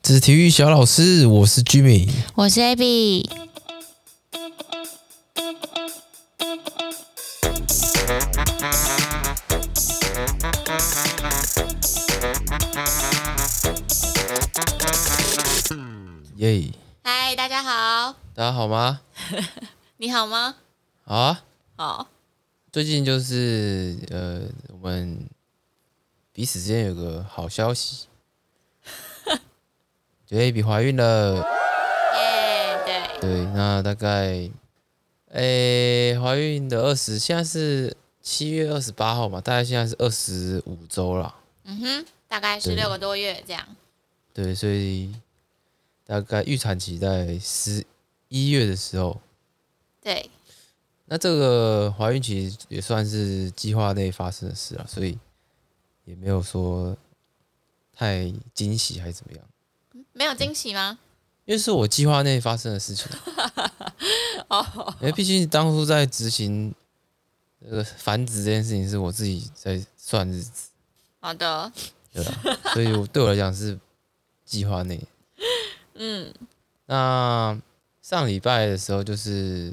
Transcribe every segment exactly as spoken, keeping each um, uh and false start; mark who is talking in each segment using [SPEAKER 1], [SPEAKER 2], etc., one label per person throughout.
[SPEAKER 1] 这是体育小老师，我是 Jimmy，
[SPEAKER 2] 我是 Abby。
[SPEAKER 1] 耶！
[SPEAKER 2] 嗨，大家好。
[SPEAKER 1] 大家好吗？
[SPEAKER 2] 你好吗？
[SPEAKER 1] 好啊。
[SPEAKER 2] 好。
[SPEAKER 1] 最近就是呃，我们彼此之间有个好消息，就 Abby 怀孕了。
[SPEAKER 2] 耶、yeah, 对。
[SPEAKER 1] 对，那大概诶，怀孕的二十，现在是七月二十八号嘛，大概现在是二十五周了。
[SPEAKER 2] 嗯哼，大概是六个多月这样。
[SPEAKER 1] 对，所以大概预产期在十一月的时候。
[SPEAKER 2] 对。
[SPEAKER 1] 那这个怀孕其实也算是计划内发生的事啊，所以也没有说太惊喜还是怎么样。
[SPEAKER 2] 没有惊喜吗？
[SPEAKER 1] 因为是我计划内发生的事情。哦，因为毕竟当初在执行这个繁殖这件事情是我自己在算日子。
[SPEAKER 2] 好的。
[SPEAKER 1] 对啊，所以我对我来讲是计划内。
[SPEAKER 2] 嗯。那
[SPEAKER 1] 上礼拜的时候就是。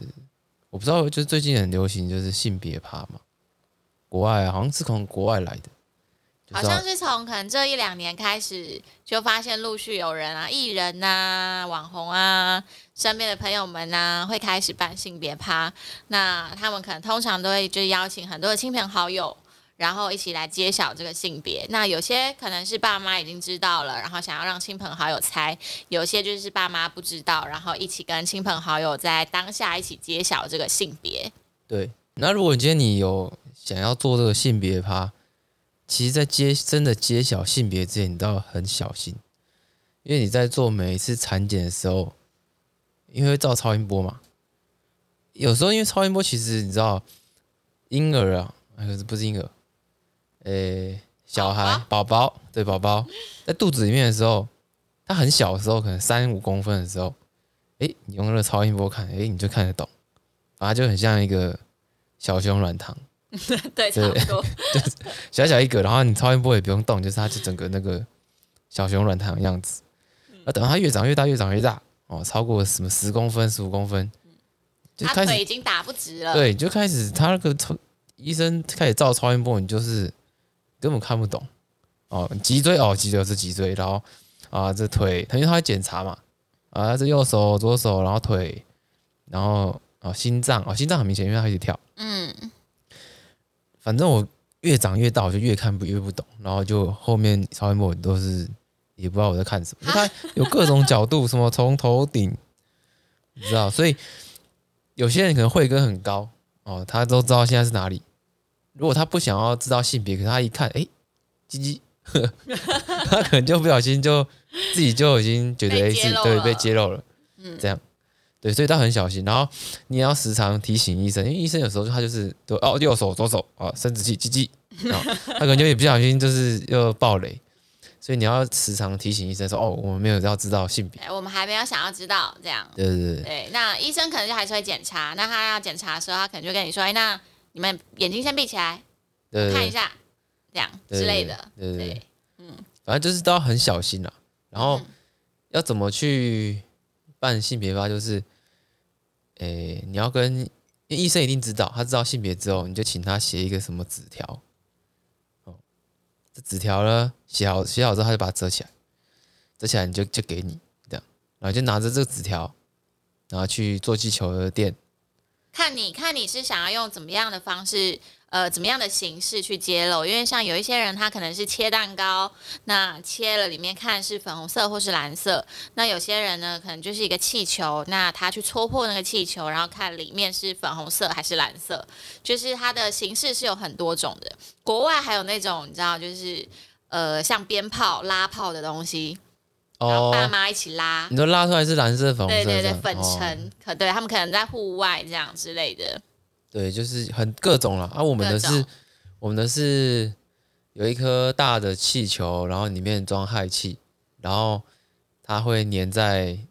[SPEAKER 1] 我不知道，就是最近很流行，就是性别趴嘛，国外啊，好像是从国外来的，
[SPEAKER 2] 好像是从可能这一两年开始，就发现陆续有人啊，艺人啊、网红啊，身边的朋友们啊，会开始办性别趴。那他们可能通常都会就邀请很多的亲朋好友，然后一起来揭晓这个性别。那有些可能是爸妈已经知道了，然后想要让亲朋好友猜；有些就是爸妈不知道，然后一起跟亲朋好友在当下一起揭晓这个性别。
[SPEAKER 1] 对，那如果今天你有想要做这个性别趴，其实在揭真的揭晓性别之前，你都要很小心，因为你在做每一次产检的时候，因为会照超音波嘛，有时候因为超音波其实你知道，婴儿啊，可是不是婴儿。诶，小孩宝宝对宝宝在肚子里面的时候，他很小的时候，可能三五公分的时候，诶，你用那个超音波看，诶，你就看得懂，反正就很像一个小熊软糖，
[SPEAKER 2] 对，差不多，
[SPEAKER 1] 就是小小一个，然后你超音波也不用动，就是它就整个那个小熊软糖的样子。那等到它越长越大，越长越大，哦，超过什么十公分、十五公分，
[SPEAKER 2] 就开始他腿已经打不直了。
[SPEAKER 1] 对，就开始他那个医生开始照超音波，你就是根本看不懂哦，脊椎哦，脊椎是脊椎，然后啊这腿，因为他会检查嘛，啊这右手、左手，然后腿，然后哦心脏哦心脏很明显，因为它开始跳，嗯，反正我越长越大，我就越看不越不懂，然后就后面超音波都是也不知道我在看什么，它有各种角度，什么从头顶，你知道，所以有些人可能慧根很高哦，他都知道现在是哪里。如果他不想要知道性别，可是他一看，哎，鸡鸡，他可能就不小心就自己就已经觉得哎是对被揭露了，嗯，这样，对，所以他很小心。然后你也要时常提醒医生，因为医生有时候他就是都哦右手左手啊生殖器鸡鸡，他可能就也不小心就是又爆雷，所以你要时常提醒医生说哦我们没有要知道性别，
[SPEAKER 2] 我们还没有想要知道这样，
[SPEAKER 1] 对对对
[SPEAKER 2] 对。那医生可能就还是会检查，那他要检查的时候，他可能就跟你说，哎那。你们眼睛先闭起来，对对对看一下，这样之类的，
[SPEAKER 1] 对对 对, 对，嗯，反正就是都要很小心啦。然后要怎么去办性别趴，就是，诶，你要跟，因为医生一定知道，他知道性别之后，你就请他写一个什么纸条，哦，这纸条呢写好写好之后，他就把它折起来，折起来你就就给你这样，然后就拿着这个纸条，然后去做气球的店。
[SPEAKER 2] 看你看你是想要用怎么样的方式，呃，怎么样的形式去揭露？因为像有一些人，他可能是切蛋糕，那切了里面看是粉红色或是蓝色；那有些人呢，可能就是一个气球，那他去戳破那个气球，然后看里面是粉红色还是蓝色，就是它的形式是有很多种的。国外还有那种你知道，就是呃，像鞭炮拉炮的东西。然后爸妈一起拉，
[SPEAKER 1] 你说拉出来是蓝色、粉红色，
[SPEAKER 2] 对对对，粉尘，哦、可对他们可能在户外这样之类的，
[SPEAKER 1] 对，就是很各种啦。啊，我们的是，我们的是有一颗大的气球，然后里面装氦气，然后它会粘在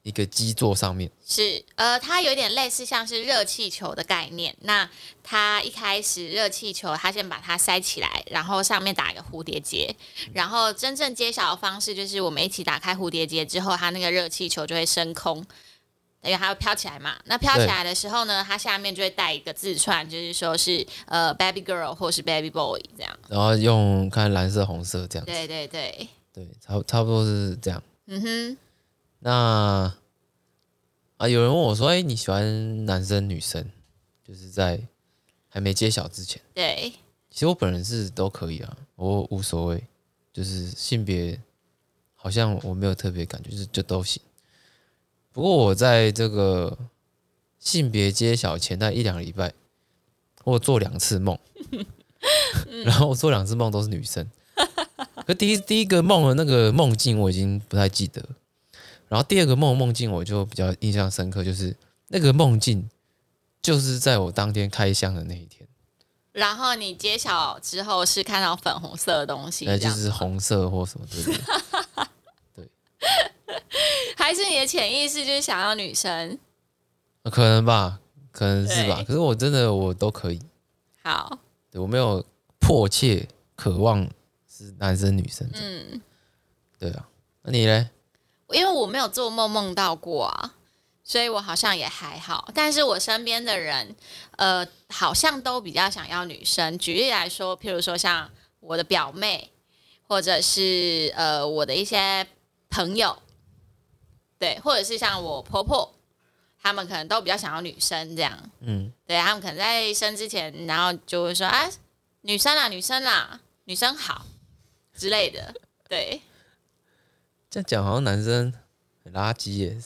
[SPEAKER 1] 一个基座上面。
[SPEAKER 2] 是，呃，它有点类似像是热气球的概念。那它一开始热气球，它先把它塞起来，然后上面打一个蝴蝶结，然后真正揭晓的方式就是我们一起打开蝴蝶结之后，它那个热气球就会升空，因为它会飘起来嘛。那飘起来的时候呢，它下面就会带一个字串，就是说是呃 baby girl 或是 baby boy 这样。
[SPEAKER 1] 然后用看蓝色、红色这样子。
[SPEAKER 2] 对对对，
[SPEAKER 1] 对，差差不多是这样。
[SPEAKER 2] 嗯哼。
[SPEAKER 1] 那啊，有人问我说：“哎、欸，你喜欢男生女生？”就是在还没揭晓之前。
[SPEAKER 2] 对，
[SPEAKER 1] 其实我本人是都可以啊，我无所谓，就是性别好像我没有特别感觉，就是就都行。不过我在这个性别揭晓前大概一两个礼拜，我做两次梦，然后我做两次梦都是女生。可第一第一个梦的那个梦境我已经不太记得。然后第二个梦梦境我就比较印象深刻，就是那个梦境就是在我当天开箱的那一天。
[SPEAKER 2] 然后你揭晓之后是看到粉红色的东西，
[SPEAKER 1] 那就是红色或什么对不对？对，
[SPEAKER 2] 还是你的潜意识就是想要女生？
[SPEAKER 1] 可能吧，可能是吧。可是我真的我都可以。
[SPEAKER 2] 好，
[SPEAKER 1] 对我没有迫切渴望是男生女生。嗯，对啊。那你呢？
[SPEAKER 2] 因为我没有做梦梦到过啊，所以我好像也还好。但是我身边的人，呃，好像都比较想要女生。举例来说，譬如说像我的表妹，或者是呃我的一些朋友，对，或者是像我婆婆，他们可能都比较想要女生这样。嗯，对，他们可能在生之前，然后就会说啊，女生啦，女生啦，女生好之类的，对。
[SPEAKER 1] 这样讲好像男生很垃圾耶，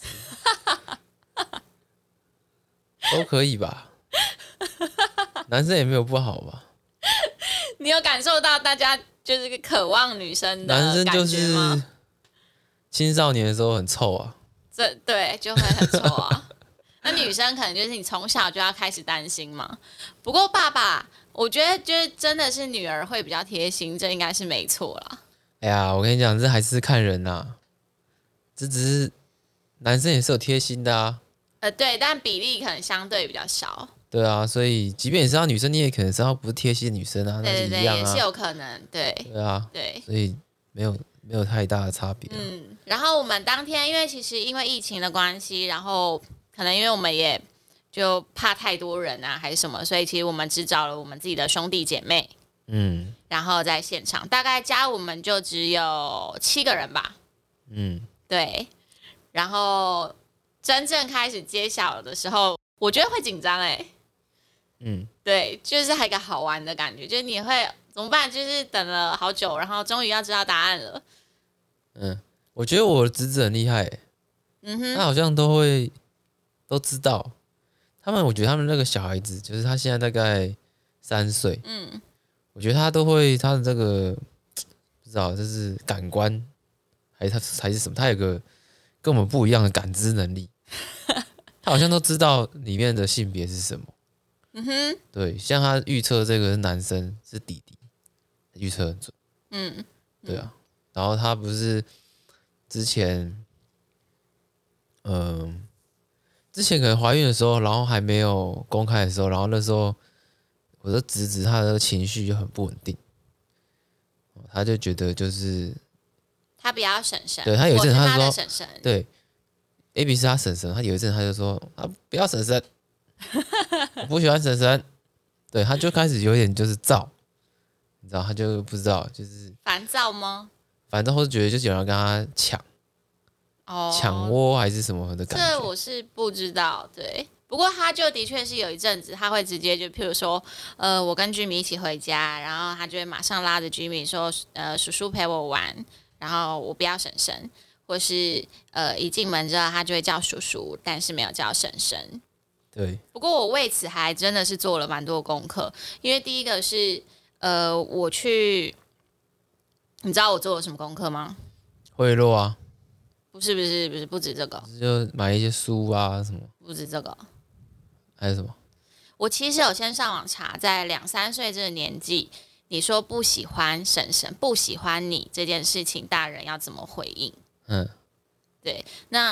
[SPEAKER 1] 都可以吧？男生也没有不好吧？
[SPEAKER 2] 你有感受到大家就是渴望女生的
[SPEAKER 1] 男生就
[SPEAKER 2] 感觉吗？
[SPEAKER 1] 是青少年的时候很臭啊，
[SPEAKER 2] 这对就会很臭啊。那女生可能就是你从小就要开始担心嘛。不过爸爸，我觉得就是真的是女儿会比较贴心，这应该是没错啦。
[SPEAKER 1] 哎呀，我跟你讲，这还是看人呐、啊，这只是男生也是有贴心的啊。
[SPEAKER 2] 呃，对，但比例可能相对比较少。
[SPEAKER 1] 对啊，所以即便你是要女生，你也可能是要不是贴心的女生啊，
[SPEAKER 2] 对对对，
[SPEAKER 1] 那是一样啊，
[SPEAKER 2] 也是有可能，对
[SPEAKER 1] 对啊，
[SPEAKER 2] 对，
[SPEAKER 1] 所以没有没有太大的差别、啊。
[SPEAKER 2] 嗯，然后我们当天因为其实因为疫情的关系，然后可能因为我们也就怕太多人啊还是什么，所以其实我们只找了我们自己的兄弟姐妹。嗯，然后在现场大概加我们就只有七个人吧。嗯，对。然后真正开始揭晓的时候，我觉得会紧张哎。嗯，对，就是还有一个好玩的感觉，就是你会怎么办？就是等了好久，然后终于要知道答案了。
[SPEAKER 1] 嗯，我觉得我的侄子很厉害、欸，嗯哼，他好像都会都知道。他们，我觉得他们那个小孩子，就是他现在大概三岁，嗯。我觉得他都会，他的这个不知道这是感官还是他还是什么，他有个跟我们不一样的感知能力，他好像都知道里面的性别是什么。嗯哼，对，像他预测这个是男生是弟弟，预测很准。嗯，对啊。然后他不是之前，嗯、呃，之前可能怀孕的时候，然后还没有公开的时候，然后那时候。我的侄子他的情绪就很不稳定，他就觉得就是
[SPEAKER 2] 他比较婶婶，
[SPEAKER 1] 对他有一阵他说
[SPEAKER 2] 婶婶，
[SPEAKER 1] 对 ，A B 是他婶婶，他有一阵他就说啊不要婶婶，我不喜欢婶婶，对，他就开始有点就是躁，你知道他就不知道就是
[SPEAKER 2] 烦躁吗？
[SPEAKER 1] 反正或者觉得就是有人跟他抢，哦，抢窝还是什么的感觉，
[SPEAKER 2] 这我是不知道，对。不过他就的确是有一阵子，他会直接就譬如说，呃，我跟居米一起回家，然后他就会马上拉着居米说，呃，叔叔陪我玩，然后我不要婶婶，或是呃一进门之后他就会叫叔叔，但是没有叫婶婶。
[SPEAKER 1] 对。
[SPEAKER 2] 不过我为此还真的是做了蛮多功课，因为第一个是呃我去，你知道我做了什么功课吗？
[SPEAKER 1] 贿赂啊？
[SPEAKER 2] 不是不是不是不止这个，
[SPEAKER 1] 就买一些书啊什么？
[SPEAKER 2] 不止这个。
[SPEAKER 1] 还有什么？
[SPEAKER 2] 我其实有先上网查，在两三岁这个年纪，你说不喜欢婶婶，不喜欢你这件事情，大人要怎么回应？嗯，对。那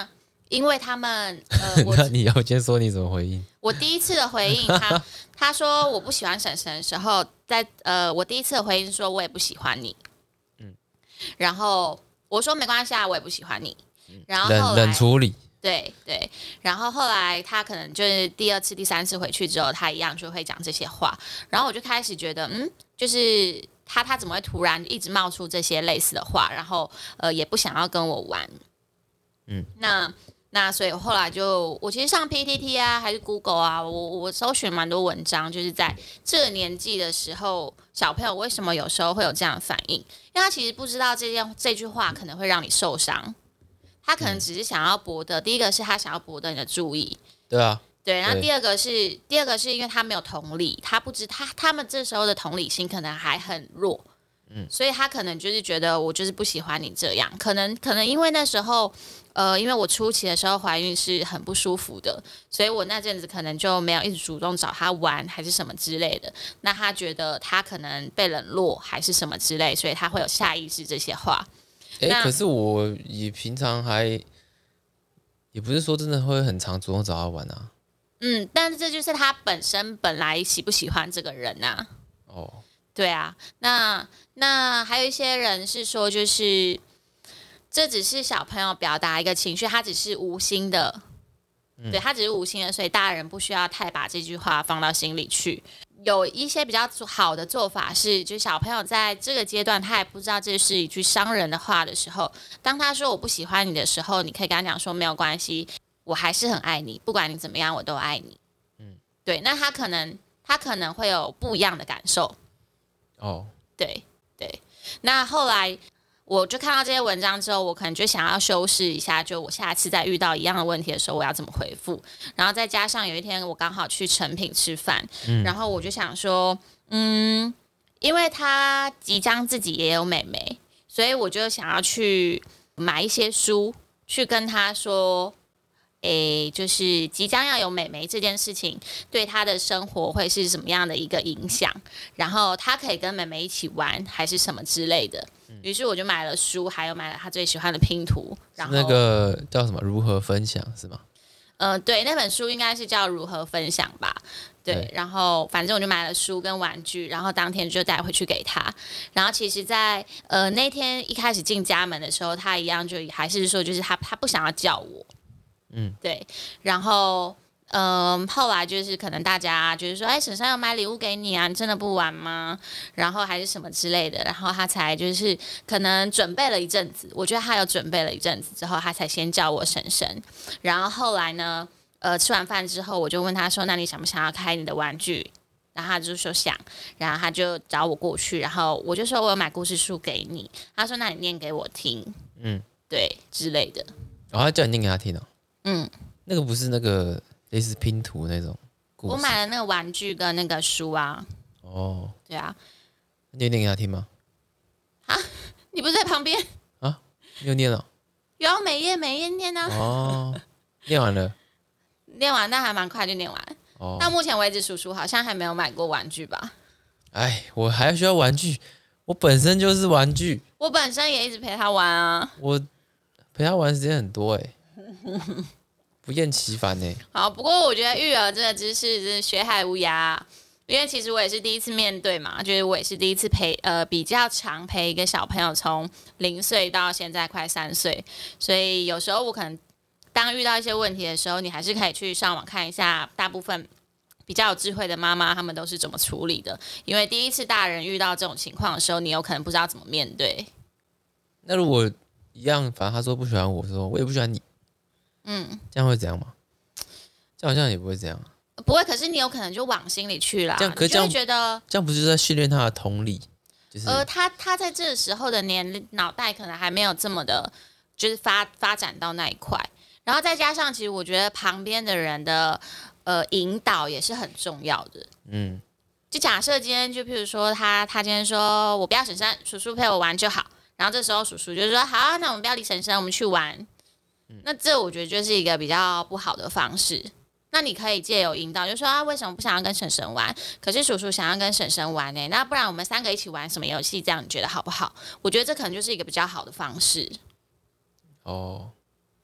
[SPEAKER 2] 因为他们呃，我
[SPEAKER 1] 那你要先说你怎么回应？
[SPEAKER 2] 我第一次的回应他他说我不喜欢婶婶的时候，在呃我第一次的回应说我也不喜欢你，嗯，然后我说没关系啊，我也不喜欢你，然后后
[SPEAKER 1] 冷
[SPEAKER 2] 来
[SPEAKER 1] 冷处理，
[SPEAKER 2] 对对，然后后来他可能就是第二次、第三次回去之后，他一样就会讲这些话，然后我就开始觉得，嗯，就是他他怎么会突然一直冒出这些类似的话，然后呃也不想要跟我玩，嗯，那那所以后来就我其实上 P T T 啊，还是 Google 啊，我我搜寻蛮多文章，就是在这个年纪的时候，小朋友为什么有时候会有这样的反应，因为他其实不知道这件这句话可能会让你受伤。他可能只是想要博得，嗯、第一个是他想要博得你的注意，
[SPEAKER 1] 对啊，
[SPEAKER 2] 对，然后第二个是第二个是因为他没有同理，他不知他他们这时候的同理心可能还很弱，嗯，所以他可能就是觉得我就是不喜欢你这样，可能可能因为那时候，呃，因为我初期的时候怀孕是很不舒服的，所以我那阵子可能就没有一直主动找他玩还是什么之类的，那他觉得他可能被冷落还是什么之类，所以他会有下意识这些话。
[SPEAKER 1] 哎、欸，可是我也平常还也不是说真的会很常主动找他玩啊。
[SPEAKER 2] 嗯，但是这就是他本身本来喜不喜欢这个人啊。
[SPEAKER 1] 哦，
[SPEAKER 2] 对啊，那那还有一些人是说，就是这只是小朋友表达一个情绪，他只是无心的，嗯、对他只是无心的，所以大人不需要太把这句话放到心里去。有一些比较好的做法是，就是小朋友在这个阶段，他也不知道这是一句伤人的话的时候，当他说我不喜欢你的时候，你可以跟他讲说没有关系，我还是很爱你，不管你怎么样，我都爱你。嗯，对，那他可能他可能会有不一样的感受。
[SPEAKER 1] 哦，
[SPEAKER 2] 对对，那后来我就看到这些文章之后，我可能就想要修饰一下，就我下次再遇到一样的问题的时候，我要怎么回复。然后再加上有一天我刚好去诚品吃饭，嗯、然后我就想说，嗯，因为他即将自己也有妹妹，所以我就想要去买一些书，去跟他说。诶，就是即将要有妹妹这件事情对他的生活会是什么样的一个影响，然后他可以跟妹妹一起玩还是什么之类的。于是我就买了书，还有买了他最喜欢的拼图。然后
[SPEAKER 1] 那个叫什么？如何分享是吗？
[SPEAKER 2] 呃，对，那本书应该是叫《如何分享》吧。对，对，然后反正我就买了书跟玩具，然后当天就带回去给他。然后其实在，在呃那天一开始进家门的时候，他一样就还是说，就是他他不想要叫我。嗯，对，然后，嗯、呃，后来就是可能大家就是说，哎，婶婶要买礼物给你啊，你真的不玩吗？然后还是什么之类的，然后他才就是可能准备了一阵子，我觉得他有准备了一阵子之后，他才先叫我婶婶。然后后来呢，呃，吃完饭之后，我就问他说，那你想不想要开你的玩具？然后他就说想，然后他就找我过去，然后我就说我有买故事书给你，他说那你念给我听，嗯，对之类的。
[SPEAKER 1] 然后他叫你念给他听哦。
[SPEAKER 2] 嗯，
[SPEAKER 1] 那个不是那个类似拼图那种故事。
[SPEAKER 2] 我买了那个玩具跟那个书啊。
[SPEAKER 1] 哦，
[SPEAKER 2] 对啊，
[SPEAKER 1] 你有念给他听吗？
[SPEAKER 2] 啊，你不是在旁边
[SPEAKER 1] 啊？你有念哦？
[SPEAKER 2] 有啊，每页每页念啊。
[SPEAKER 1] 哦，念完了。
[SPEAKER 2] 念完，那还蛮快就念完。哦，到目前为止，叔叔好像还没有买过玩具吧？
[SPEAKER 1] 哎，我还需要玩具，我本身就是玩具。
[SPEAKER 2] 我本身也一直陪他玩啊。
[SPEAKER 1] 我陪他玩时间很多哎、欸。不厌其烦呢、欸。
[SPEAKER 2] 好，不过我觉得育儿这个知识是学海无涯，因为其实我也是第一次面对嘛，就是我也是第一次陪呃比较常陪一个小朋友从零岁到现在快三岁，所以有时候我可能当遇到一些问题的时候，你还是可以去上网看一下，大部分比较有智慧的妈妈他们都是怎么处理的，因为第一次大人遇到这种情况的时候，你有可能不知道怎么面对。
[SPEAKER 1] 那如果一样，反正他说不喜欢我，说我也不喜欢你。嗯，这样会怎样吗？这样好像也不会这样，
[SPEAKER 2] 不会。可是你有可能就往心里去啦，
[SPEAKER 1] 这样可是这样
[SPEAKER 2] 你就会觉得
[SPEAKER 1] 这样不就是在训练他的同理？就是
[SPEAKER 2] 呃，他他在这个时候的年脑袋可能还没有这么的，就是发发展到那一块。然后再加上，其实我觉得旁边的人的呃引导也是很重要的。嗯，就假设今天就譬如说他他今天说我不要婶婶，叔叔陪我玩就好。然后这时候叔叔就说好，那我们不要理婶婶，我们去玩。那这我觉得就是一个比较不好的方式。那你可以借由引导，就说啊，为什么不想要跟婶婶玩？可是叔叔想要跟婶婶玩呢、欸？那不然我们三个一起玩什么游戏？这样你觉得好不好？我觉得这可能就是一个比较好的方式。
[SPEAKER 1] 哦，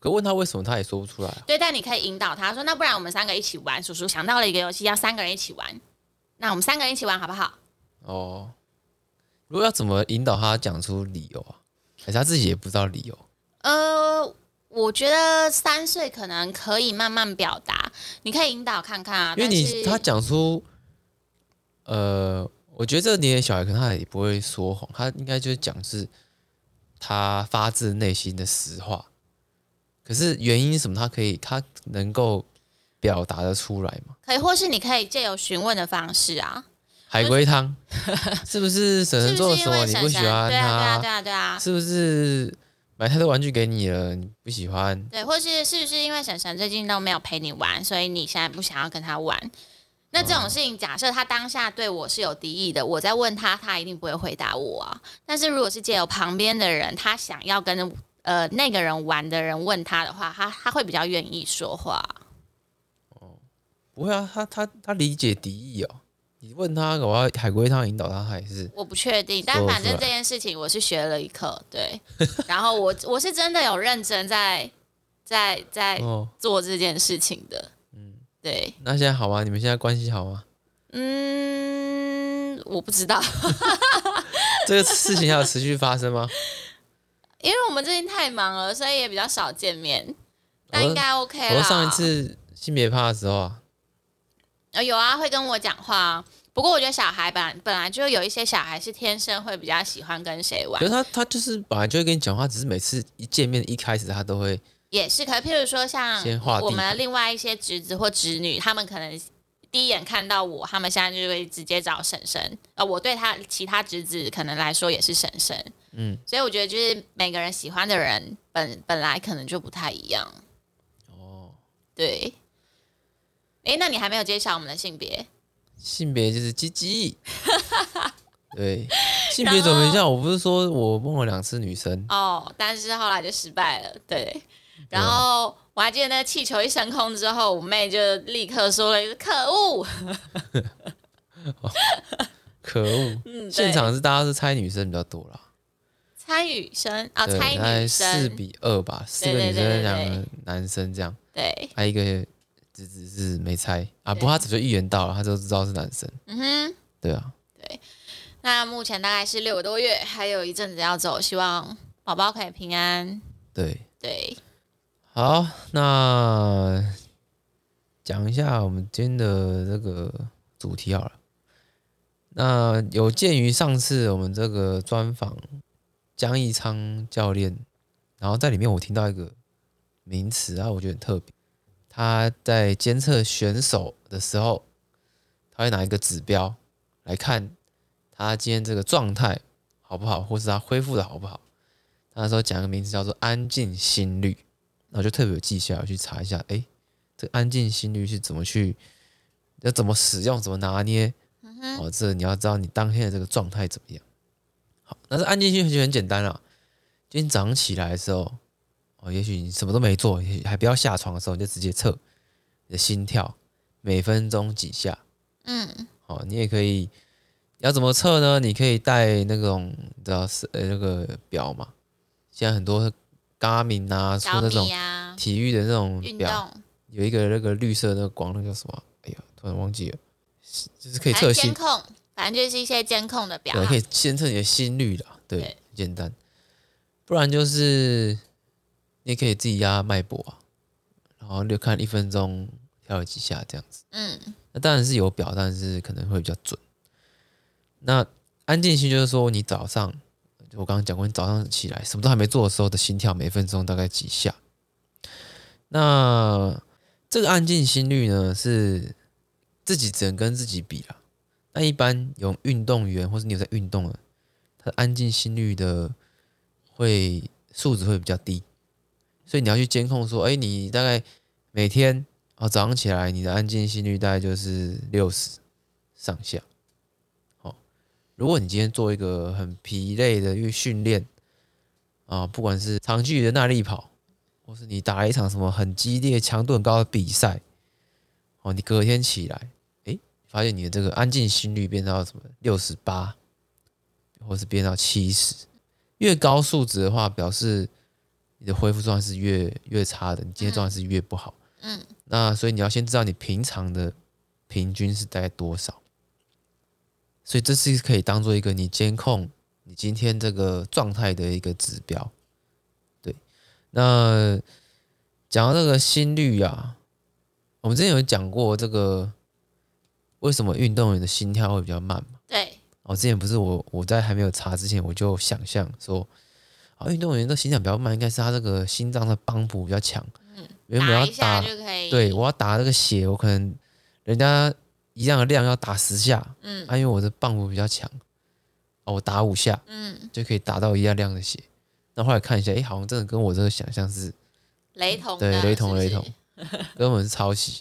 [SPEAKER 1] 可问他为什么，他也说不出来、啊。
[SPEAKER 2] 对，但你可以引导他说，那不然我们三个一起玩。叔叔想到了一个游戏，要三个人一起玩，那我们三个人一起玩好不好？
[SPEAKER 1] 哦，如果要怎么引导他讲出理由啊？还是他自己也不知道理由？
[SPEAKER 2] 呃，我觉得三岁可能可以慢慢表达，你可以引导看看啊。
[SPEAKER 1] 因为你他讲出，呃，我觉得这个年龄小孩可能他也不会说谎，他应该就是讲是他发自内心的实话。可是原因是什么？他可以，他能够表达得出来吗？
[SPEAKER 2] 可以，或是你可以借由询问的方式啊。
[SPEAKER 1] 海龟汤是不是婶婶做了什么你不喜欢他？
[SPEAKER 2] 对啊，对啊，对啊。
[SPEAKER 1] 是不是买太多玩具给你了你不喜欢？
[SPEAKER 2] 对，或是是不是因为婶婶最近都没有陪你玩，所以你现在不想要跟他玩？那这种事情，假设他当下对我是有敌意的，我在问他，他一定不会回答我啊。但是如果是借由旁边的人，他想要跟呃那个人玩的人问他的话，他他会比较愿意说话。
[SPEAKER 1] 哦，不会啊，他他他理解敌意哦。你问他，我要海龟汤引导他，他也是。
[SPEAKER 2] 我不确定，但反正这件事情我是学了一课，对。然后我我是真的有认真在在在做这件事情的，嗯，对。
[SPEAKER 1] 那现在好吗？你们现在关系好吗？
[SPEAKER 2] 嗯，我不知道。
[SPEAKER 1] 这个事情还有持续发生吗？
[SPEAKER 2] 因为我们最近太忙了，所以也比较少见面。那应该 OK 啦。
[SPEAKER 1] 我上一次性别趴的时候啊，
[SPEAKER 2] 呃，有啊，会跟我讲话。不过我觉得小孩本来本来就有一些小孩是天生会比较喜欢跟谁玩。
[SPEAKER 1] 可是他他就是本来就会跟你讲话，只是每次一见面一开始他都会
[SPEAKER 2] 也是。可是譬如说像我们的另外一些侄子或侄女，他们可能第一眼看到我，他们现在就会直接找婶婶。呃，我对他其他侄子可能来说也是婶婶。嗯，所以我觉得就是每个人喜欢的人本本来可能就不太一样。哦，对。哎，那你还没有揭晓我们的性别？
[SPEAKER 1] 性别就是鸡鸡。对，性别怎么像？我不是说我梦了两次女生
[SPEAKER 2] 哦，但是后来就失败了。对，然后我还记得那个气球一升空之后，我妹就立刻说了一个可恶。
[SPEAKER 1] 哦、可恶！嗯，现场是大家是猜女生比较多啦。
[SPEAKER 2] 猜女生啊，猜女生
[SPEAKER 1] 四比二吧，四个女生两个男生这样。
[SPEAKER 2] 对，
[SPEAKER 1] 还有一个侄子是没猜啊，不过他早就预言到了，他就知道是男生。嗯哼，对啊，
[SPEAKER 2] 对。那目前大概是六个多月，还有一阵子要走，希望宝宝可以平安。
[SPEAKER 1] 对
[SPEAKER 2] 对，
[SPEAKER 1] 好，那讲一下我们今天的这个主题好了。那有鉴于上次我们这个专访江义昌教练，然后在里面我听到一个名词啊，我觉得很特别。他在监测选手的时候，他会拿一个指标来看他今天这个状态好不好，或是他恢复的好不好。他那时候讲一个名词叫做安静心率，然后就特别有记下来去查一下，哎，这个安静心率是怎么去，要怎么使用，怎么拿捏。哦，这你要知道你当天的这个状态怎么样。好，那这安静心率就很简单了。今天早上起来的时候，哦，也许你什么都没做，还不要下床的时候，你就直接测你的心跳，每分钟几下。嗯，好，你也可以要怎么测呢？你可以带那种你知道是呃那个表嘛，现在很多 Garmin 啊出那种体育的那种表，有一个那个绿色的那个光，那叫什么？哎呀，突然忘记了。就是可以测心
[SPEAKER 2] 监控，反正就是一些监控的表、啊，
[SPEAKER 1] 对，可以先测你的心率啦，对，对简单。不然就是你也可以自己压脉搏啊，然后就看一分钟跳了几下这样子。嗯，那当然是有表，但是可能会比较准。那安静心就是说，你早上我刚刚讲过，你早上起来什么都还没做的时候的心跳，每分钟大概几下。那这个安静心率呢是。自己只能跟自己比啦。那一般有运动员或是你有在运动了，他的安静心率的会数值会比较低，所以你要去监控说，哎，你大概每天哦早上起来你的安静心率大概就是六十上下。哦，如果你今天做一个很疲累的训练啊，不管是长距离的耐力跑，或是你打了一场什么很激烈、强度很高的比赛，哦，你隔天起来。发现你的这个安静心率变到什么六十八，或是变到七十，越高数值的话，表示你的恢复状态是越越差的，你今天状态是越不好。嗯，那所以你要先知道你平常的平均是大概多少，所以这是可以当做一个你监控你今天这个状态的一个指标。对，那讲到这个心率啊，我们之前有讲过这个为什么运动员的心跳会比较慢嘛？
[SPEAKER 2] 对，
[SPEAKER 1] 哦，之前不是我我在还没有查之前，我就想象说，啊，运动员的心跳比较慢，应该是他这个心脏的帮补比较强。
[SPEAKER 2] 嗯，
[SPEAKER 1] 原本要打，
[SPEAKER 2] 打就可以，
[SPEAKER 1] 对我要打这个血，我可能人家一样的量要打十下，嗯，啊，因为我的帮补比较强，哦，我打五下，嗯，就可以打到一样量的血。那后来看一下，哎，好像真的跟我这个想象是
[SPEAKER 2] 雷同的，
[SPEAKER 1] 对，雷同
[SPEAKER 2] 是不是
[SPEAKER 1] 雷同，根本是抄袭。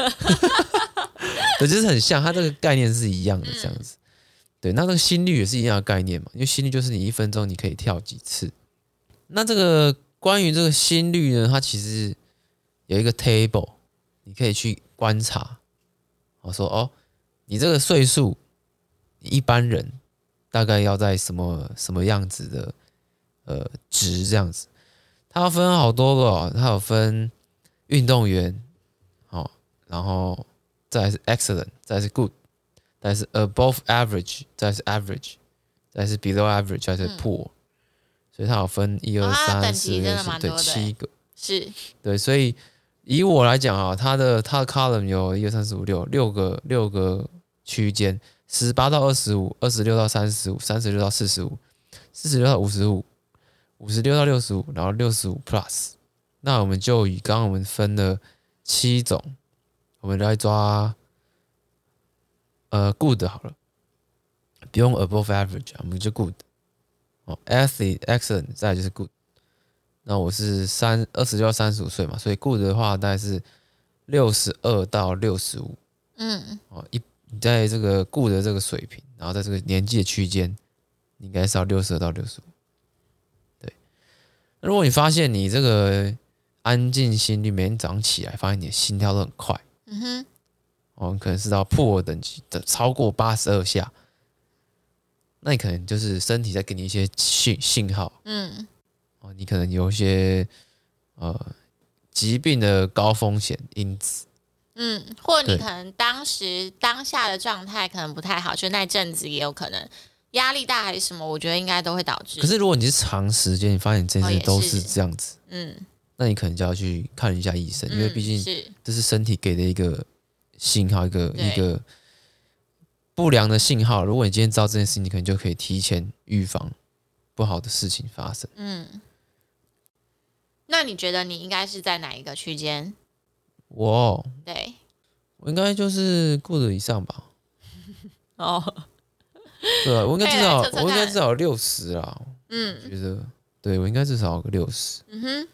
[SPEAKER 1] 对，就是很像，它这个概念是一样的，这样子。嗯、对，那这个心率也是一样的概念嘛，因为心率就是你一分钟你可以跳几次。那这个关于这个心率呢，它其实有一个 table， 你可以去观察。我说哦，你这个岁数，你一般人大概要在什么什么样子的呃值这样子？它要分好多个、哦，它有分运动员，哦，然后再来是 excellent， 再来是 good， 再来是 above average， 再来是 average， 再来是 below average， 再来是 poor，、嗯、所以它有分一二三四六七，对，七个，
[SPEAKER 2] 是，
[SPEAKER 1] 对，所以以我来讲啊，它的它的 column 有一二三四五六六个六个区间，十八到二十五，二十六到三十五，三十六到四十五，四十六到五十五，五十六到六十五，然后六十五 plus。那我们就以刚刚我们分了七种，我们来抓呃 good 好了，不用 above average， 我们就 good。哦 ，athlete excellent， 再来就是 good。那我是三二十六到三十五岁嘛，所以 good 的话大概是六十二到六十五。嗯，哦，一你在这个 good 的这个水平，然后在这个年纪的区间，你应该是要六十二到六十五。对，如果你发现你这个安静心率，每天早上起来发现你的心跳都很快，嗯哼，哦，可能是到破等级的超过八十二下，那你可能就是身体在给你一些信信号，嗯，哦，你可能有一些呃疾病的高风险因子，
[SPEAKER 2] 嗯，或者你可能当时当下的状态可能不太好，就那阵子也有可能压力大还是什么，我觉得应该都会导致。
[SPEAKER 1] 可是如果你是长时间，你发现这件事都是这样子，哦、嗯。那你可能就要去看一下医生，因为毕竟这是身体给的一个信号，一个一个不良的信号。如果你今天知道这件事，你可能就可以提前预防不好的事情发生。嗯，
[SPEAKER 2] 那你觉得你应该是在哪一个区间？
[SPEAKER 1] 我
[SPEAKER 2] 对，
[SPEAKER 1] 我应该就是 good 以上吧。
[SPEAKER 2] 哦，
[SPEAKER 1] 对啊，我应该至少我应该至少六十啦。嗯，我觉得对我应该至少有个六十。嗯哼。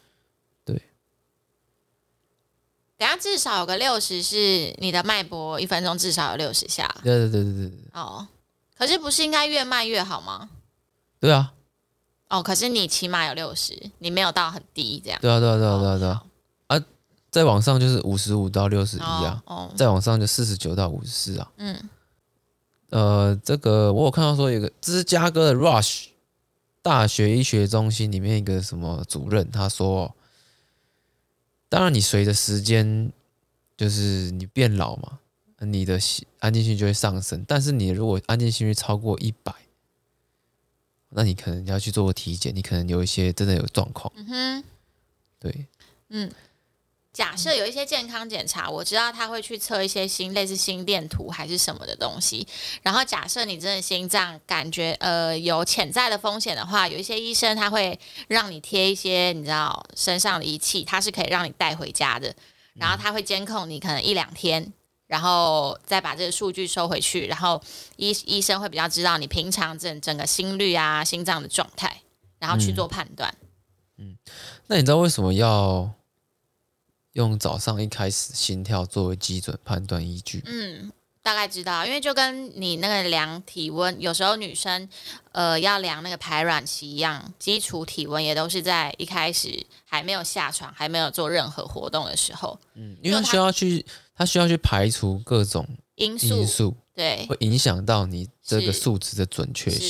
[SPEAKER 2] 等下至少有个六十，是你的脉搏一分钟至少有六十下。
[SPEAKER 1] 对对对对对。
[SPEAKER 2] 哦，可是不是应该越慢越好吗？
[SPEAKER 1] 对啊。
[SPEAKER 2] 哦，可是你起码有六十，你没有到很低这样。
[SPEAKER 1] 对啊对啊对啊对啊对啊。哦、啊，再往上就是五十五到六十一啊，哦哦、再往上就四十九到五十四啊。嗯。呃，这个我有看到说有个芝加哥的 Rush 大学医学中心里面一个什么主任，他说。当然，你随着时间，就是你变老嘛，你的安静性就会上升。但是你如果安静性率超过一百，那你可能要去做个体检，你可能有一些真的有状况。嗯哼，对，
[SPEAKER 2] 嗯。假设有一些健康检查，我知道他会去测一些心类似心电图还是什么的东西。然后假设你真的心脏感觉呃有潜在的风险的话，有一些医生他会让你贴一些你知道身上的仪器，它是可以让你带回家的。然后他会监控你可能一两天，然后再把这个数据收回去，然后医医生会比较知道你平常整整个心率啊、心脏的状态，然后去做判断。
[SPEAKER 1] 嗯，那你知道为什么要？用早上一开始心跳作为基准判断依据。
[SPEAKER 2] 嗯，大概知道，因为就跟你那个量体温，有时候女生呃要量那个排卵期一样，基础体温也都是在一开始还没有下床、还没有做任何活动的时候。
[SPEAKER 1] 嗯，因为它需要去，它需要去排除各种
[SPEAKER 2] 因素，
[SPEAKER 1] 因素
[SPEAKER 2] 对，
[SPEAKER 1] 会影响到你这个数值的准确性。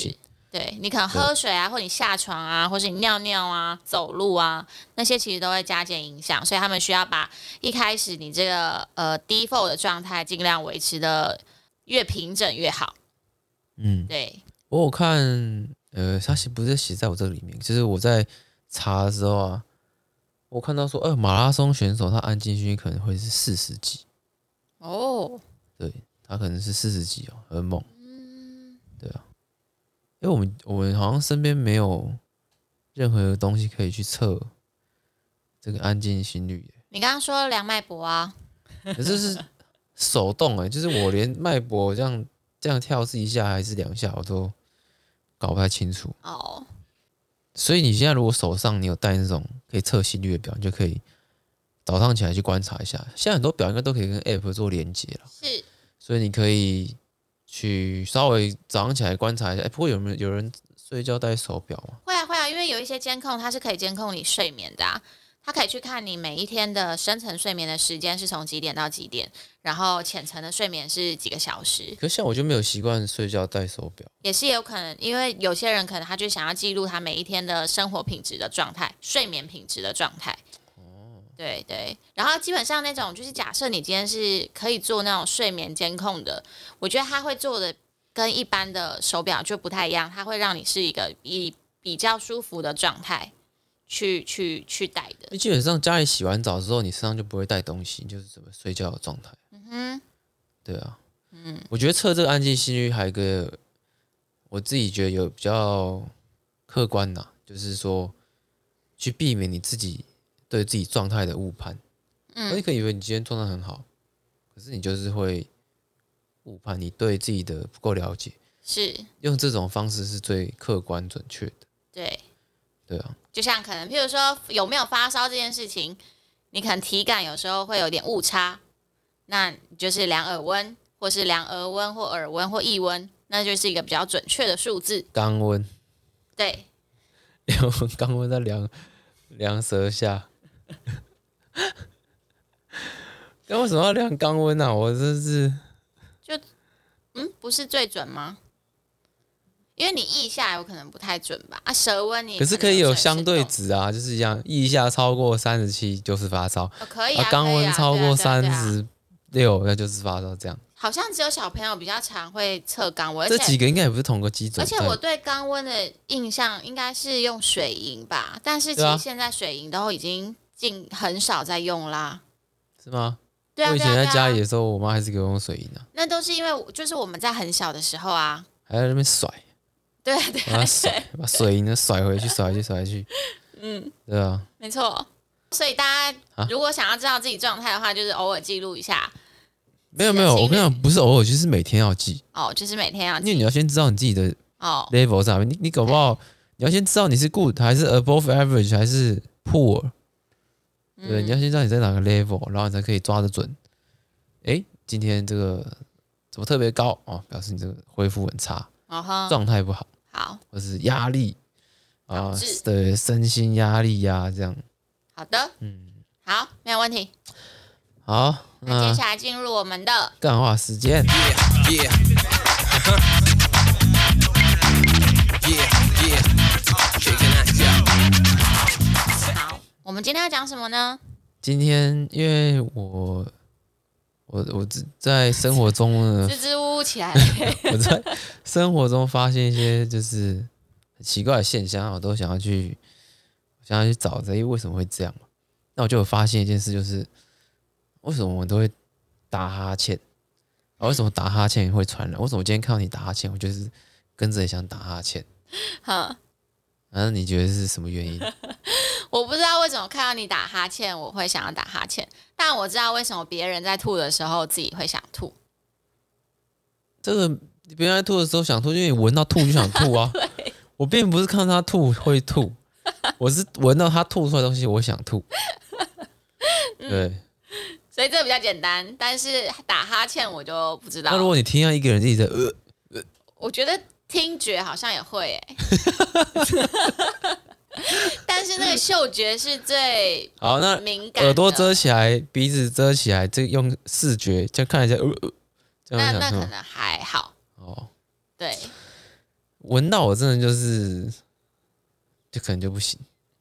[SPEAKER 2] 对，你可能喝水啊，或你下床啊，或是你尿尿啊、走路啊，那些其实都会加减影响，所以他们需要把一开始你这个呃 default 的状态尽量维持的越平整越好。
[SPEAKER 1] 嗯，
[SPEAKER 2] 对。
[SPEAKER 1] 我有看，呃，他写不是写在我这里面，就是我在查的时候啊，我看到说，呃，马拉松选手他安静心率可能会是四十几。
[SPEAKER 2] 哦，
[SPEAKER 1] 对，他可能是四十几哦，很猛。对啊，因为我们我们好像身边没有任何东西可以去测这个安静心率耶。
[SPEAKER 2] 你刚刚说量脉搏啊，
[SPEAKER 1] 可是是手动哎，就是我连脉搏这样这样跳是一下还是两下，我都搞不太清楚。
[SPEAKER 2] 哦，
[SPEAKER 1] 所以你现在如果手上你有带那种可以测心率的表，你就可以早上起来去观察一下。现在很多表应该都可以跟 App 做连接了，
[SPEAKER 2] 是，
[SPEAKER 1] 所以你可以去稍微早上起来观察一下。哎，不过有没有有人睡觉戴手表吗？
[SPEAKER 2] 会啊会啊，因为有一些监控它是可以监控你睡眠的啊，它可以去看你每一天的深层睡眠的时间是从几点到几点，然后浅层的睡眠是几个小时。
[SPEAKER 1] 可是像我就没有习惯睡觉戴手表，
[SPEAKER 2] 也是有可能，因为有些人可能他就想要记录他每一天的生活品质的状态、睡眠品质的状态。对对，然后基本上那种就是假设你今天是可以做那种睡眠监控的，我觉得他会做的跟一般的手表就不太一样，它会让你是一个以比较舒服的状态去去去戴的。
[SPEAKER 1] 因为基本上家里洗完澡之后，你身上就不会带东西，就是怎么睡觉的状态。
[SPEAKER 2] 嗯哼，
[SPEAKER 1] 对啊，嗯，我觉得测这个安静心率还有一个我自己觉得有比较客观呐，就是说去避免你自己对自己状态的误判。嗯，你可以以为你今天状态很好，可是你就是会误判，你对自己的不够了解。
[SPEAKER 2] 是
[SPEAKER 1] 用这种方式是最客观准确的。
[SPEAKER 2] 对，
[SPEAKER 1] 对啊，
[SPEAKER 2] 就像可能譬如说有没有发烧这件事情，你可能体感有时候会有点误差，那就是量耳温，或是量额温或耳温或腋温，那就是一个比较准确的数字。
[SPEAKER 1] 肛温，
[SPEAKER 2] 对，
[SPEAKER 1] 用肛温在量量舌下。那为什么要量肛温啊？我真是
[SPEAKER 2] 就嗯，不是最准吗？因为你腋下有可能不太准吧？啊，舌温你
[SPEAKER 1] 可是可以有相对
[SPEAKER 2] 值，
[SPEAKER 1] 值啊，就是一样，腋下超过三十七就是发烧，
[SPEAKER 2] 哦、可以啊，
[SPEAKER 1] 肛温超过三
[SPEAKER 2] 对啊对啊对
[SPEAKER 1] 十六那就是发烧，这样。
[SPEAKER 2] 好像只有小朋友比较常会测肛温，
[SPEAKER 1] 这几个应该也不是同个基准。
[SPEAKER 2] 而且我对肛温的印象应该是用水银吧，但是其实现在水银都已经进很少在用啦。
[SPEAKER 1] 是吗？
[SPEAKER 2] 对啊，
[SPEAKER 1] 我以前在家里
[SPEAKER 2] 对啊
[SPEAKER 1] 的时候，我妈还是给我用水银啊。
[SPEAKER 2] 那都是因为就是我们在很小的时候啊，
[SPEAKER 1] 还在那边甩，
[SPEAKER 2] 对啊对啊，
[SPEAKER 1] 把它甩，把水银的甩回去，甩回去，甩回去。嗯，对啊，
[SPEAKER 2] 没错。所以大家如果想要知道自己状态的话，就是偶尔记录一下。
[SPEAKER 1] 没有没有，我跟你讲，不是偶尔，就是每天要记。
[SPEAKER 2] 哦，就是每天要记，
[SPEAKER 1] 因为你要先知道你自己的
[SPEAKER 2] 哦
[SPEAKER 1] level 在哪边。你你搞不好，你要先知道你是 good 还是 above average 还是 poor。对，你要先知道你在哪个 level， 然后你才可以抓得准。哎，今天这个怎么特别高哦？表示你这个恢复很差，状态不好，
[SPEAKER 2] 好，
[SPEAKER 1] 或是压力啊，对，身心压力呀、啊，这样。
[SPEAKER 2] 好的，嗯，好，没有问题。
[SPEAKER 1] 好，
[SPEAKER 2] 那接下来进入我们的
[SPEAKER 1] 干话时间。Yeah,
[SPEAKER 2] yeah. 好，我们今天要讲什么呢？
[SPEAKER 1] 今天因为我我我在生活中呢，
[SPEAKER 2] 支支吾吾起来。
[SPEAKER 1] 我在生活中发现一些就是很奇怪的现象，我都想要去想要去找着，为什么会这样嘛？那我就有发现一件事，就是为什么我们都会打哈欠？啊、为什么打哈欠会传染？为什么我今天看到你打哈欠，我就是跟着想打哈欠？
[SPEAKER 2] 哼，
[SPEAKER 1] 那你觉得是什么原因？
[SPEAKER 2] 我不知道为什么看到你打哈欠，我会想要打哈欠，但我知道为什么别人在吐的时候自己会想吐。
[SPEAKER 1] 这个别人在吐的时候想吐，因为你闻到吐就想吐啊。我并不是看到他吐会吐，我是闻到他吐出来的东西，我想吐。对、嗯，
[SPEAKER 2] 所以这个比较简单，但是打哈欠我就不知道。
[SPEAKER 1] 那如果你听到一个人一直在呃呃，
[SPEAKER 2] 我觉得听觉好像也会诶、欸，但是那个嗅觉是最
[SPEAKER 1] 好，那
[SPEAKER 2] 敏感，
[SPEAKER 1] 耳朵遮起来，鼻子遮起来，这用视觉就看一下，呃呃，这样
[SPEAKER 2] 那那可能还好哦。对，
[SPEAKER 1] 闻到我真的就是，就可能就不行。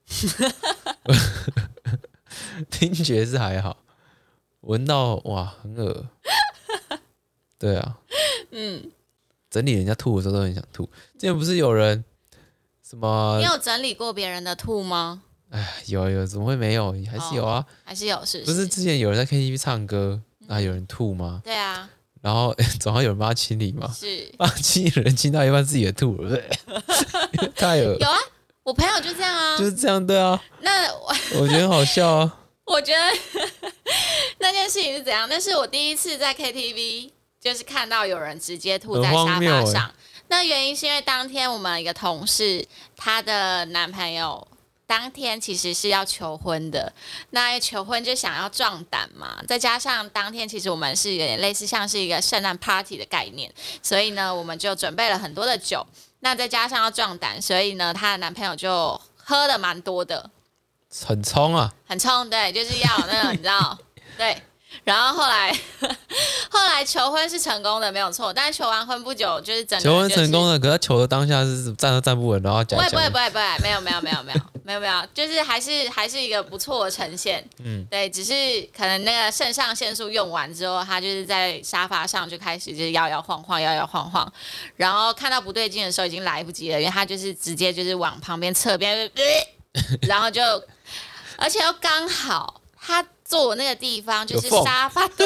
[SPEAKER 1] 听觉是还好，闻到哇很恶。对啊，嗯，整理人家吐的时候都很想吐。之前不是有人什么？
[SPEAKER 2] 你有整理过别人的吐吗？
[SPEAKER 1] 哎，有有，怎么会没有？还是有啊，哦、
[SPEAKER 2] 还是有，是
[SPEAKER 1] 不是之前有人在 K T V 唱歌，那、嗯、有人吐吗？
[SPEAKER 2] 对啊。
[SPEAKER 1] 然后总要有人帮他清理嘛，
[SPEAKER 2] 是
[SPEAKER 1] 帮他清理人清到一半自己也吐了，太恶。
[SPEAKER 2] 有啊，我朋友就这样啊，
[SPEAKER 1] 就是这样，对啊。
[SPEAKER 2] 那
[SPEAKER 1] 我觉得很好笑啊。
[SPEAKER 2] 我觉得那件事情是怎样？那是我第一次在 K T V， 就是看到有人直接吐在沙发上。欸、那原因是因为当天我们一个同事，她的男朋友当天其实是要求婚的，那求婚就想要壮胆嘛，再加上当天其实我们是有点类似像是一个圣诞 party 的概念，所以呢，我们就准备了很多的酒。那再加上要壮胆，所以呢，她的男朋友就喝的蛮多的。
[SPEAKER 1] 很冲啊，
[SPEAKER 2] 很冲，对，就是要那个，你知道，对。然后后来，后来求婚是成功的，没有错。但是求完婚不久，就是整个、就是、
[SPEAKER 1] 求婚成功了，可是他求的当下是站都站不稳，然后讲
[SPEAKER 2] 不会不会不会不会，没有没有没有没有没有没有，就是还是还是一个不错的呈现。嗯，对，只是可能那个肾上腺素用完之后，他就是在沙发上就开始就是摇摇晃晃摇摇晃晃，然后看到不对劲的时候已经来不及了，因为他就是直接就是往旁边侧边。然后就，而且又刚好他坐那个地方就是沙发，对，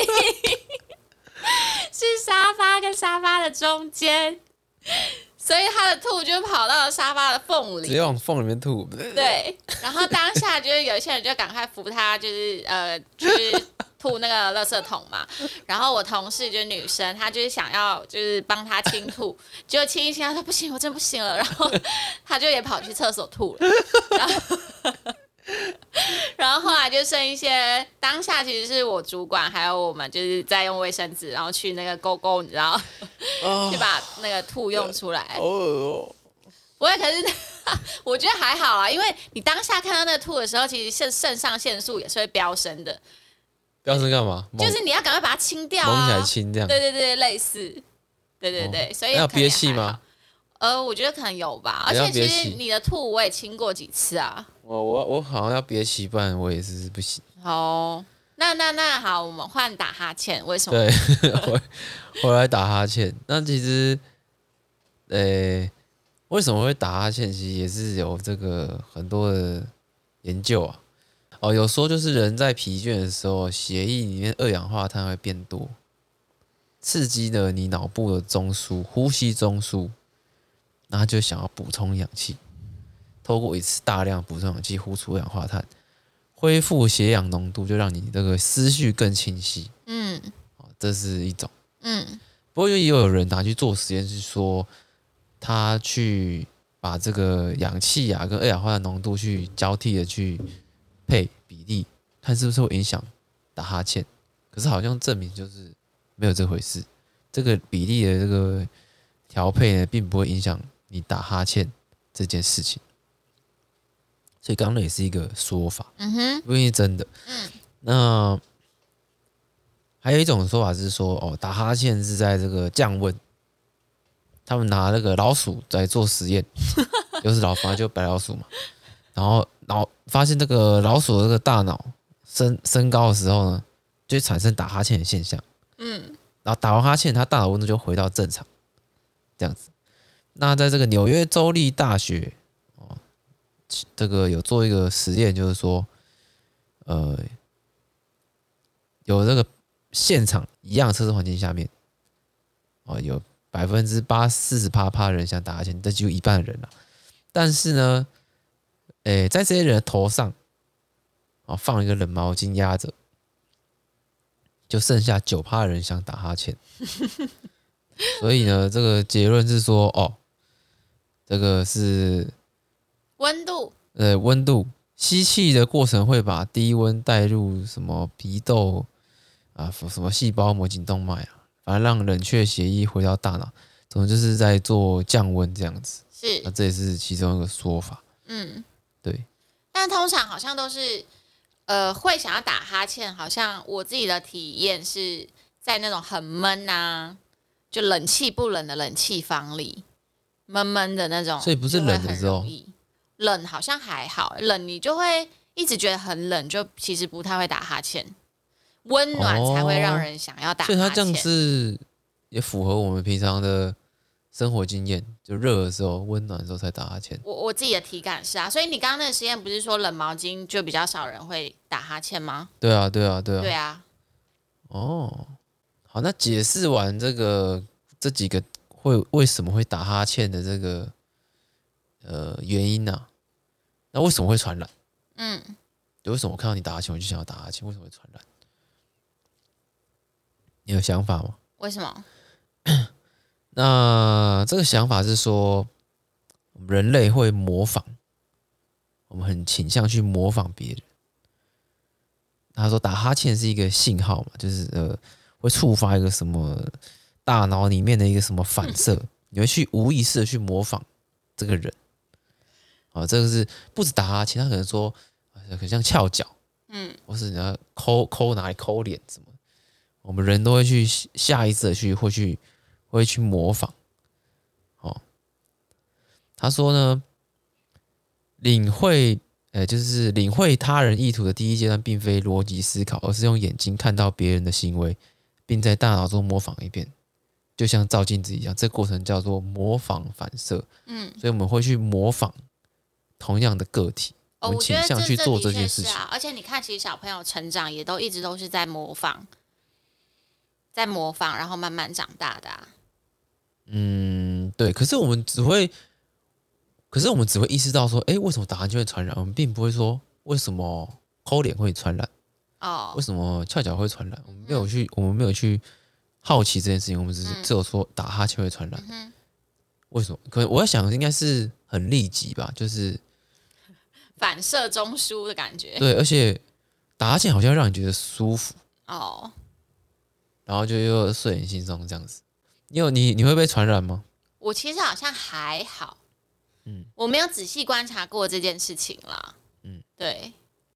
[SPEAKER 2] 是沙发跟沙发的中间，所以他的吐就跑到了沙发的缝里，
[SPEAKER 1] 直接往缝里面吐。
[SPEAKER 2] 对，然后当下就是有一些人就赶快扶他，就是呃，就是吐那个垃圾桶嘛。然后我同事就是女生，她就是想要就是帮他清吐，结果清一清，她说不行，我真不行了。然后她就也跑去厕所吐了。然后然后后来就剩一些，当下其实是我主管还有我们就是在用卫生纸，然后去那个勾勾，你知道，去把那个吐用出来。哦，不会，可是我觉得还好啊，因为你当下看到那个吐的时候，其实肾上腺素也是会飙升的。
[SPEAKER 1] 飙升干嘛？
[SPEAKER 2] 就是你要赶快把它清掉啊，
[SPEAKER 1] 蒙起来清这样。
[SPEAKER 2] 对对对，类似，对对对，哦、所以
[SPEAKER 1] 要憋气吗？
[SPEAKER 2] 呃，我觉得可能有吧，而且其实你的吐我也清过几次啊。
[SPEAKER 1] 我我我好像要憋气，不然我也是不行。
[SPEAKER 2] 好，那那那好，我们换打哈欠，为什么？
[SPEAKER 1] 对，我我来打哈欠。那其实，呃，为什么会打哈欠？其实也是有这个很多的研究啊。哦，有说就是人在疲倦的时候，血液里面二氧化碳会变多，刺激了你脑部的中枢，呼吸中枢，那他就想要补充氧气，透过一次大量补充氧气，呼出二氧化碳，恢复血氧浓度，就让你这个思绪更清晰。嗯，这是一种。嗯，不过也有人拿去做实验，是说他去把这个氧气啊跟二氧化碳浓度去交替的去配比例，看是不是会影响打哈欠。可是好像证明就是没有这回事，这个比例的这个调配呢，并不会影响你打哈欠这件事情。所以刚刚也是一个说法，嗯哼，不一定真的。嗯，那还有一种说法是说，哦，打哈欠是在这个降温。他们拿那个老鼠来做实验，又是老反正就白老鼠嘛，然后老发现这个老鼠的这个大脑升升高的时候呢，就会产生打哈欠的现象。嗯，然后打完哈欠，它大脑温度就回到正常，这样子。那在这个纽约州立大学哦，这个有做一个实验，就是说，呃，有这个现场一样测试环境下面，哦，有百分之八四十八趴的人想打哈欠，这几乎一半的人了。但是呢，诶，在这些人的头上，哦，放了一个冷毛巾压着，就剩下九趴的人想打哈欠。所以呢，这个结论是说，哦，这个是
[SPEAKER 2] 温度，
[SPEAKER 1] 呃，温度吸气的过程会把低温带入什么皮窦啊，什么细胞膜、颈动脉啊。反而让冷却血液回到大脑，总之就是在做降温这样子。
[SPEAKER 2] 是，
[SPEAKER 1] 那这也是其中一个说法。嗯，对。
[SPEAKER 2] 但通常好像都是，呃，会想要打哈欠。好像我自己的体验是在那种很闷啊，就冷气不冷的冷气房里， 闷闷的那种，
[SPEAKER 1] 所以不是冷的时候，
[SPEAKER 2] 冷好像还好，冷你就会一直觉得很冷，就其实不太会打哈欠。温暖才会让人想要打哈欠。
[SPEAKER 1] 所以它这样是也符合我们平常的生活经验，就热的时候、温暖的时候才打哈欠。
[SPEAKER 2] 我我自己的体感是啊，所以你刚刚那个实验不是说冷毛巾就比较少人会打哈欠吗？
[SPEAKER 1] 对啊，对啊，对啊，
[SPEAKER 2] 对啊。
[SPEAKER 1] 哦，好，那解释完这个这几个会为什么会打哈欠的这个呃原因呢、啊？那为什么会传染？
[SPEAKER 2] 嗯，
[SPEAKER 1] 对，为什么我看到你打哈欠，我就想要打哈欠？为什么会传染？你有想法吗？
[SPEAKER 2] 为什么？
[SPEAKER 1] 那这个想法是说，人类会模仿，我们很倾向去模仿别人。他说打哈欠是一个信号嘛，就是呃会触发一个什么大脑里面的一个什么反射，嗯、你会去无意识的去模仿这个人。啊，这个是不止打哈欠，他可能说很像翘脚，嗯，或是你要抠抠哪里抠脸什么，我们人都会去下意识的去会去会去模仿。哦，他说呢，领会。呃，就是领会他人意图的第一阶段，并非逻辑思考，而是用眼睛看到别人的行为，并在大脑中模仿一遍，就像照镜子一样。这个过程叫做模仿反射。嗯，所以我们会去模仿同样的个体，
[SPEAKER 2] 哦、
[SPEAKER 1] 我们倾向去做这件事情。
[SPEAKER 2] 啊、而且你看，其实小朋友成长也都一直都是在模仿，在模仿，然后慢慢长大的、啊。
[SPEAKER 1] 嗯，对。可是我们只会。可是我们只会意识到说，哎，为什么打哈欠会传染？我们并不会说为什么抠脸会传染，哦，为什么翘脚会传染？我们没有去，嗯、我们没有去好奇这件事情，我们只是、嗯、只有说打哈欠会传染。嗯、为什么？可能我在想，应该是很立即吧，就是
[SPEAKER 2] 反射中枢的感觉。
[SPEAKER 1] 对，而且打哈欠好像让你觉得舒服哦，然后就又睡眼惺忪这样子。你有你你会被传染吗？
[SPEAKER 2] 我其实好像还好。嗯，我没有仔细观察过这件事情啦。嗯，对，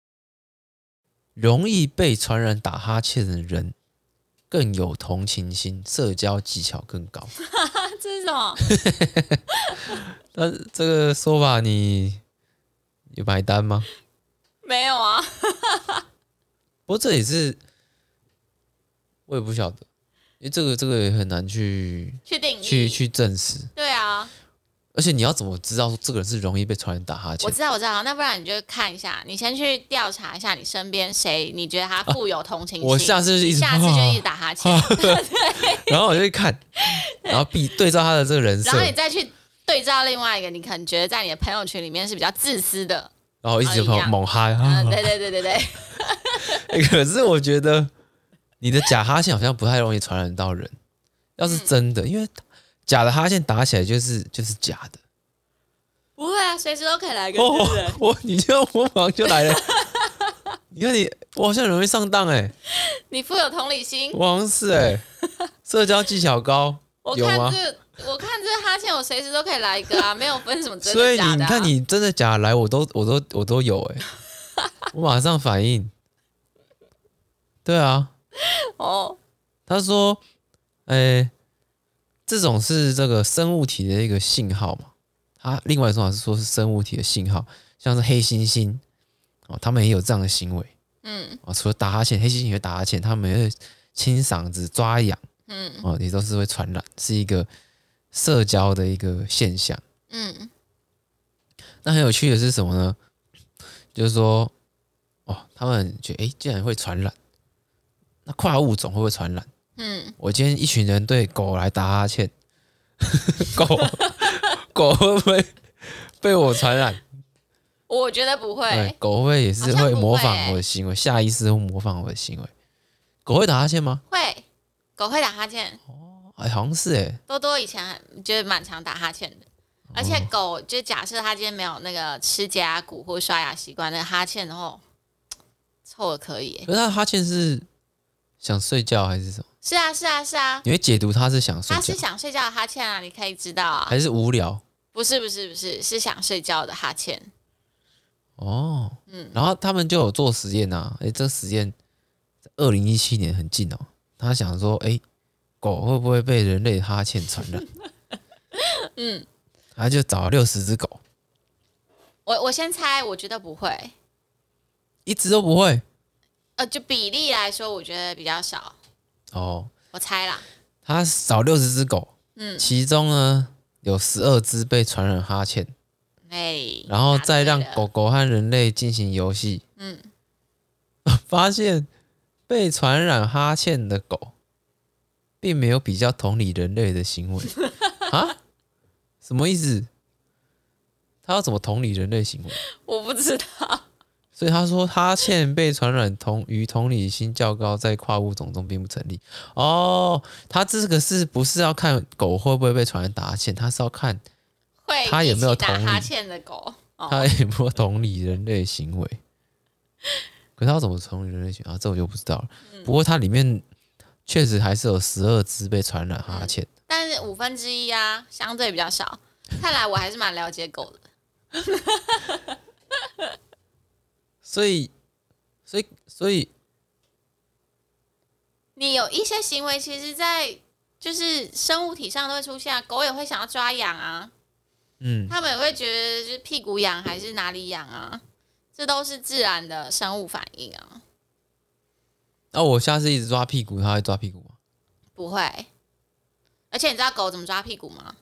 [SPEAKER 1] 容易被传染打哈欠的人更有同情心，社交技巧更高。
[SPEAKER 2] 这是什么？
[SPEAKER 1] 那这个说法你有买单吗？
[SPEAKER 2] 没有啊。
[SPEAKER 1] 不过这也是我也不晓得，因为这个这个也很难去
[SPEAKER 2] 去定义、
[SPEAKER 1] 去去证实。
[SPEAKER 2] 对啊。
[SPEAKER 1] 而且你要怎么知道说这个人是容易被传染打哈欠？
[SPEAKER 2] 我知道，我知道。那不然你就看一下，你先去调查一下你身边谁，你觉得他富有同情心。
[SPEAKER 1] 啊、我下次就一直
[SPEAKER 2] 下次就一直打哈欠。对。
[SPEAKER 1] 然后我就去看，然后比对照他的这个人设，
[SPEAKER 2] 然后你再去对照另外一个，你可能觉得在你的朋友圈里面是比较自私的，
[SPEAKER 1] 然后一直猛猛哈。
[SPEAKER 2] 嗯，对对对对对。
[SPEAKER 1] 欸、可是我觉得你的假哈欠好像不太容易传染到人。要是真的，嗯、因为。假的哈欠打起来就是就是假的，
[SPEAKER 2] 不会啊，随时都可以来个
[SPEAKER 1] 真的。哦、我你这样模仿就来了，你看你我好像容易上当哎、欸，
[SPEAKER 2] 你富有同理心，
[SPEAKER 1] 我好像是哎、欸，社交技巧高，
[SPEAKER 2] 我
[SPEAKER 1] 有吗？
[SPEAKER 2] 我看这哈欠，我随时都可以来一个啊，没有分什么真的假的、啊。
[SPEAKER 1] 所以你看你真的假的来，我都我都我都有哎、欸，我马上反应。对啊，哦，他说，哎、欸。这种是这个生物体的一个信号嘛？它另外一种说法是说是生物体的信号，像是黑猩猩哦，他们也有这样的行为。嗯，哦，除了打哈欠，黑猩猩也会打哈欠，他们也会清嗓子、抓痒，嗯，哦，也都是会传染，是一个社交的一个现象。嗯，那很有趣的是什么呢？就是说，哦，他们觉得，哎，既然会传染，那跨物种会不会传染？嗯，我今天一群人对狗来打哈欠，狗狗会不会被我传染？
[SPEAKER 2] 我觉得不会，
[SPEAKER 1] 狗会不会也是会模仿我的行为，下意识会模仿我的行为？狗会打哈欠吗？
[SPEAKER 2] 会，狗会打哈欠。
[SPEAKER 1] 哦，哎，好像是哎。
[SPEAKER 2] 多多以前就是蛮常打哈欠的，而且狗就假设它今天没有那个吃甲骨或刷牙习惯，那个哈欠然后臭的可以。
[SPEAKER 1] 可是它哈欠是想睡觉还是什么？
[SPEAKER 2] 是啊是啊是啊，
[SPEAKER 1] 你会解读他是想睡觉，
[SPEAKER 2] 他是想睡觉的哈欠啊，你可以知道啊，
[SPEAKER 1] 还是无聊？
[SPEAKER 2] 不是不是不是，是想睡觉的哈欠。
[SPEAKER 1] 哦，嗯，然后他们就有做实验啊，哎，这个实验二零一七年很近哦，他想说，哎，狗会不会被人类哈欠传染？嗯， 他就找了六十只狗，
[SPEAKER 2] 我我先猜，我觉得不会，
[SPEAKER 1] 一只都不会。
[SPEAKER 2] 呃，就比例来说，我觉得比较少。
[SPEAKER 1] 哦，
[SPEAKER 2] 我猜啦，
[SPEAKER 1] 他找六十只狗，
[SPEAKER 2] 嗯，
[SPEAKER 1] 其中呢有十二只被传染哈欠，
[SPEAKER 2] 哎，
[SPEAKER 1] 然后再让
[SPEAKER 2] 答对了
[SPEAKER 1] 狗狗和人类进行游戏，
[SPEAKER 2] 嗯，
[SPEAKER 1] 发现被传染哈欠的狗并没有比较同理人类的行为啊？什么意思？他要怎么同理人类行为？
[SPEAKER 2] 我不知道。
[SPEAKER 1] 所以他说哈欠被传染同与同理心较高，在跨物种中并不成立。哦，他这个是不是要看狗会不会被传染打哈欠？他是要看
[SPEAKER 2] 会
[SPEAKER 1] 他有没有
[SPEAKER 2] 一起打
[SPEAKER 1] 同理
[SPEAKER 2] 哈欠的狗？哦、
[SPEAKER 1] 他有没有同理人类行为。可是他要怎么同理人类行为啊？这我就不知道了。
[SPEAKER 2] 嗯、
[SPEAKER 1] 不过它里面确实还是有十二只被传染哈欠、嗯，
[SPEAKER 2] 但是五分之一啊，相对比较少。看来我还是蛮了解狗的。
[SPEAKER 1] 所以，所以，所以，
[SPEAKER 2] 你有一些行为，其实在就是生物体上都会出现啊。狗也会想要抓痒啊，
[SPEAKER 1] 嗯，
[SPEAKER 2] 他们也会觉得就是屁股痒还是哪里痒啊，这都是自然的生物反应啊。
[SPEAKER 1] 那、啊、我下次一直抓屁股，它会抓屁股吗？
[SPEAKER 2] 不会。而且你知道狗怎么抓屁股吗？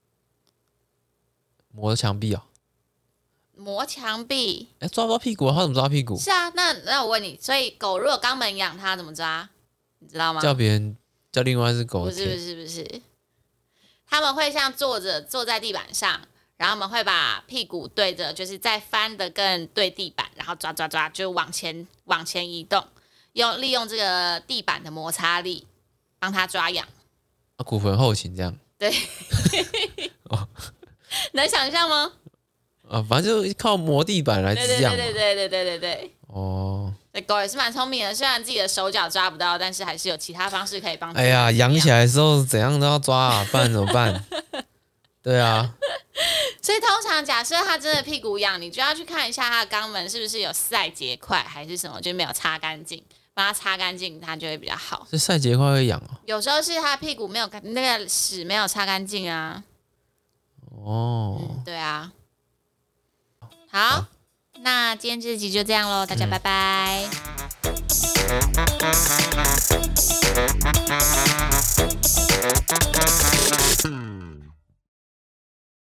[SPEAKER 1] 磨墙壁啊、哦。
[SPEAKER 2] 磨墙壁，
[SPEAKER 1] 哎，抓不到屁股，它怎么抓屁股？
[SPEAKER 2] 是啊，那那我问你，所以狗如果肛门痒，它怎么抓？你知道吗？
[SPEAKER 1] 叫别人叫另外一只狗。
[SPEAKER 2] 不是不是不是，他们会像坐着坐在地板上，然后他们会把屁股对着，就是再翻的更对地板，然后抓抓抓，就往前往前移动，用利用这个地板的摩擦力帮它抓痒。
[SPEAKER 1] 啊，骨盆后倾这样。
[SPEAKER 2] 对。
[SPEAKER 1] 哦，
[SPEAKER 2] 能想象吗？
[SPEAKER 1] 啊，反正就靠磨地板来滋养嘛。
[SPEAKER 2] 对对对对对对对对。
[SPEAKER 1] 哦，
[SPEAKER 2] 对，狗也是蛮聪明的，虽然自己的手脚抓不到，但是还是有其他方式可以帮助。
[SPEAKER 1] 哎呀，养起来的时候怎样都要抓啊，不然怎么办？对啊。
[SPEAKER 2] 所以通常假设它真的屁股痒，你就要去看一下它的肛门是不是有晒结块，还是什么，就没有擦干净，帮它擦干净，它就会比较好。
[SPEAKER 1] 是晒结块会痒哦。
[SPEAKER 2] 有时候是它屁股没有那个屎没有擦干净啊。
[SPEAKER 1] 哦、
[SPEAKER 2] 嗯，对啊。好，好，那今天这集就这样咯，大家拜拜。嗯